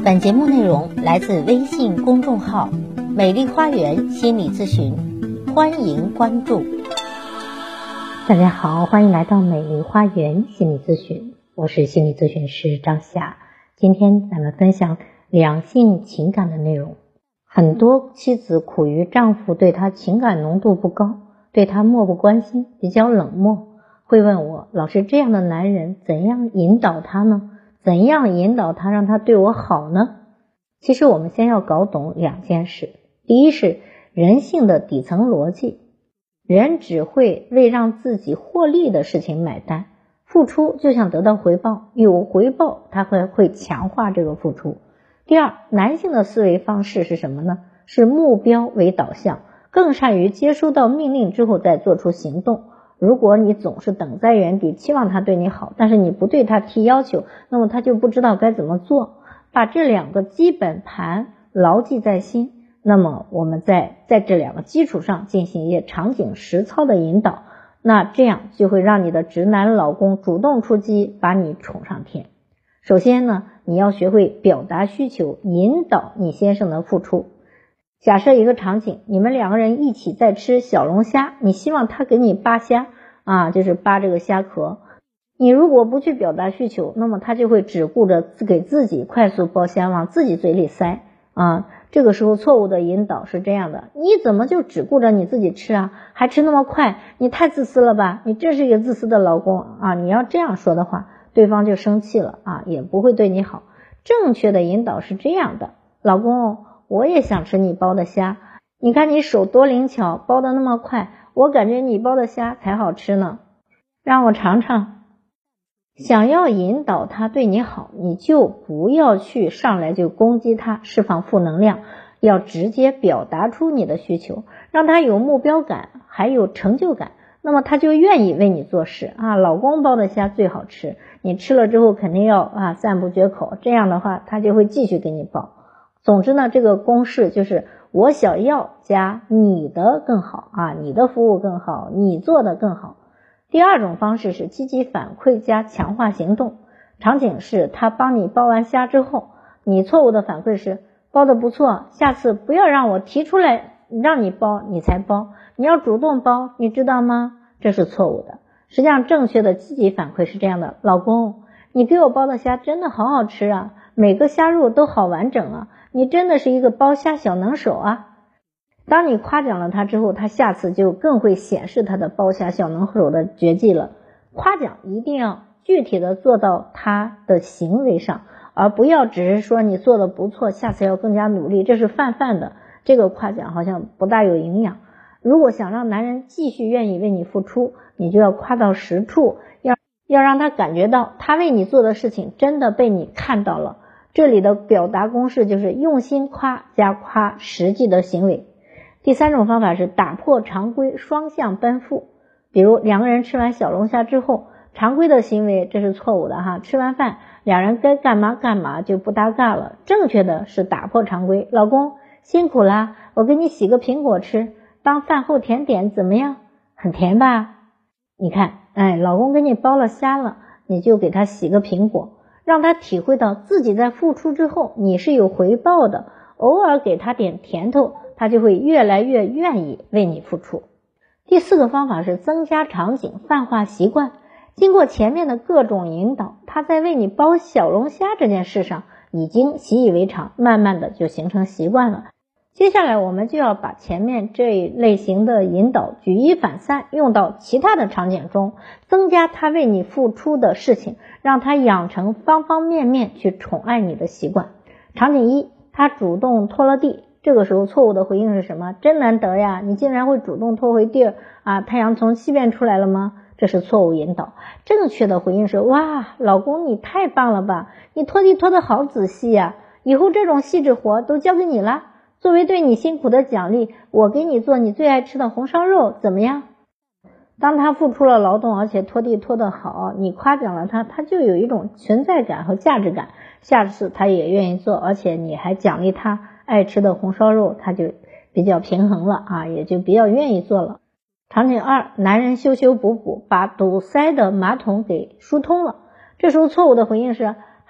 本节目内容来自微信公众号美丽花园心理咨询，欢迎关注。大家好，欢迎来到美丽花园心理咨询，我是心理咨询师张霞。今天咱们分享两性情感的内容。很多妻子苦于丈夫对她情感浓度不高，对她漠不关心，比较冷漠，会问我，老师，这样的男人怎样引导他呢？怎样引导他让他对我好呢？其实我们先要搞懂两件事。第一是人性的底层逻辑，人只会为让自己获利的事情买单，付出就想得到回报，有回报他会强化这个付出。第二，男性的思维方式是什么呢？是目标为导向，更善于接收到命令之后再做出行动。如果你总是等在原地，期望他对你好，但是你不对他提要求，那么他就不知道该怎么做。把这两个基本盘牢记在心，那么我们在这两个基础上进行一些场景实操的引导，那这样就会让你的直男老公主动出击，把你宠上天。首先呢，你要学会表达需求，引导你先生的付出。假设一个场景，你们两个人一起在吃小龙虾，你希望他给你扒虾就是扒这个虾壳。你如果不去表达需求，那么他就会只顾着给自己快速剥虾，往自己嘴里塞这个时候错误的引导是这样的，你怎么就只顾着你自己吃还吃那么快，你太自私了吧，你真是一个自私的老公你要这样说的话，对方就生气了也不会对你好。正确的引导是这样的，老公，我也想吃你剥的虾，你看你手多灵巧，剥的那么快，我感觉你剥的虾才好吃呢，让我尝尝。想要引导他对你好，你就不要去上来就攻击他，释放负能量，要直接表达出你的需求，让他有目标感，还有成就感，那么他就愿意为你做事老公剥的虾最好吃，你吃了之后肯定要赞不绝口，这样的话他就会继续给你剥。总之呢，这个公式就是我想要加你的更好你的服务更好，你做的更好。第二种方式是积极反馈加强化行动。场景是他帮你剥完虾之后，你错误的反馈是剥的不错，下次不要让我提出来让你剥你才剥，你要主动剥，你知道吗？这是错误的。实际上正确的积极反馈是这样的，老公，你给我剥的虾真的好好吃每个虾肉都好完整你真的是一个剥虾小能手当你夸奖了他之后，他下次就更会显示他的剥虾小能手的绝技了。夸奖一定要具体的做到他的行为上，而不要只是说你做的不错，下次要更加努力，这是泛泛的，这个夸奖好像不大有营养。如果想让男人继续愿意为你付出，你就要夸到实处，要让他感觉到他为你做的事情真的被你看到了。这里的表达公式就是用心夸加夸实际的行为。第三种方法是打破常规，双向奔赴。比如两个人吃完小龙虾之后，常规的行为这是错误的吃完饭两人该干嘛干嘛就不搭嘎了。正确的是打破常规，老公辛苦啦，我给你洗个苹果吃当饭后甜点怎么样？很甜吧？你看老公给你剥了虾了，你就给他洗个苹果，让他体会到自己在付出之后你是有回报的，偶尔给他点甜头，他就会越来越愿意为你付出。第四个方法是增加场景，泛化习惯。经过前面的各种引导，他在为你剥小龙虾这件事上已经习以为常，慢慢的就形成习惯了。接下来我们就要把前面这一类型的引导举一反三，用到其他的场景中，增加他为你付出的事情，让他养成方方面面去宠爱你的习惯。场景一，他主动拖了地，这个时候错误的回应是什么？真难得呀，你竟然会主动拖回地儿太阳从西边出来了吗？这是错误引导。正确的回应是，哇，老公你太棒了吧，你拖地拖得好仔细呀，以后这种细致活都交给你了，作为对你辛苦的奖励，我给你做你最爱吃的红烧肉怎么样？当他付出了劳动，而且拖地拖得好，你夸奖了他，他就有一种存在感和价值感，下次他也愿意做，而且你还奖励他爱吃的红烧肉，他就比较平衡了也就比较愿意做了。场景二，男人修修补补，把堵塞的马桶给疏通了。这时候错误的回应是，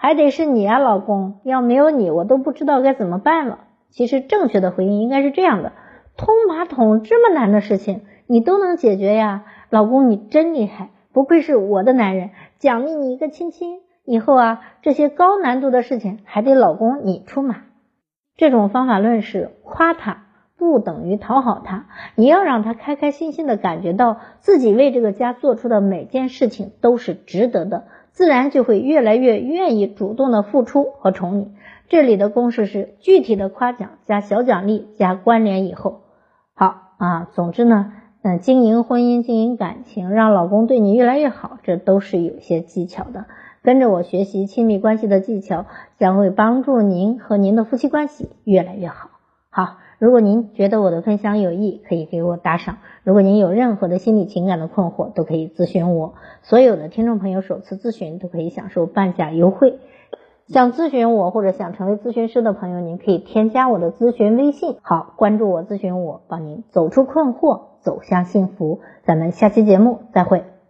还得是你啊老公，要没有你我都不知道该怎么办了。其实正确的回应应该是这样的，通马桶这么难的事情你都能解决呀，老公你真厉害，不愧是我的男人，奖励你一个亲亲，以后啊这些高难度的事情还得老公你出马。这种方法论是夸他不等于讨好他，你要让他开开心心的感觉到自己为这个家做出的每件事情都是值得的，自然就会越来越愿意主动的付出和宠你。这里的公式是具体的夸奖加小奖励加关联以后。好啊，总之呢经营婚姻经营感情，让老公对你越来越好，这都是有些技巧的。跟着我学习亲密关系的技巧，将会帮助您和您的夫妻关系越来越好。好，如果您觉得我的分享有益，可以给我打赏。如果您有任何的心理情感的困惑，都可以咨询我。所有的听众朋友首次咨询都可以享受半价优惠。想咨询我或者想成为咨询师的朋友，您可以添加我的咨询微信，好，关注我咨询我，帮您走出困惑，走向幸福。咱们下期节目再会。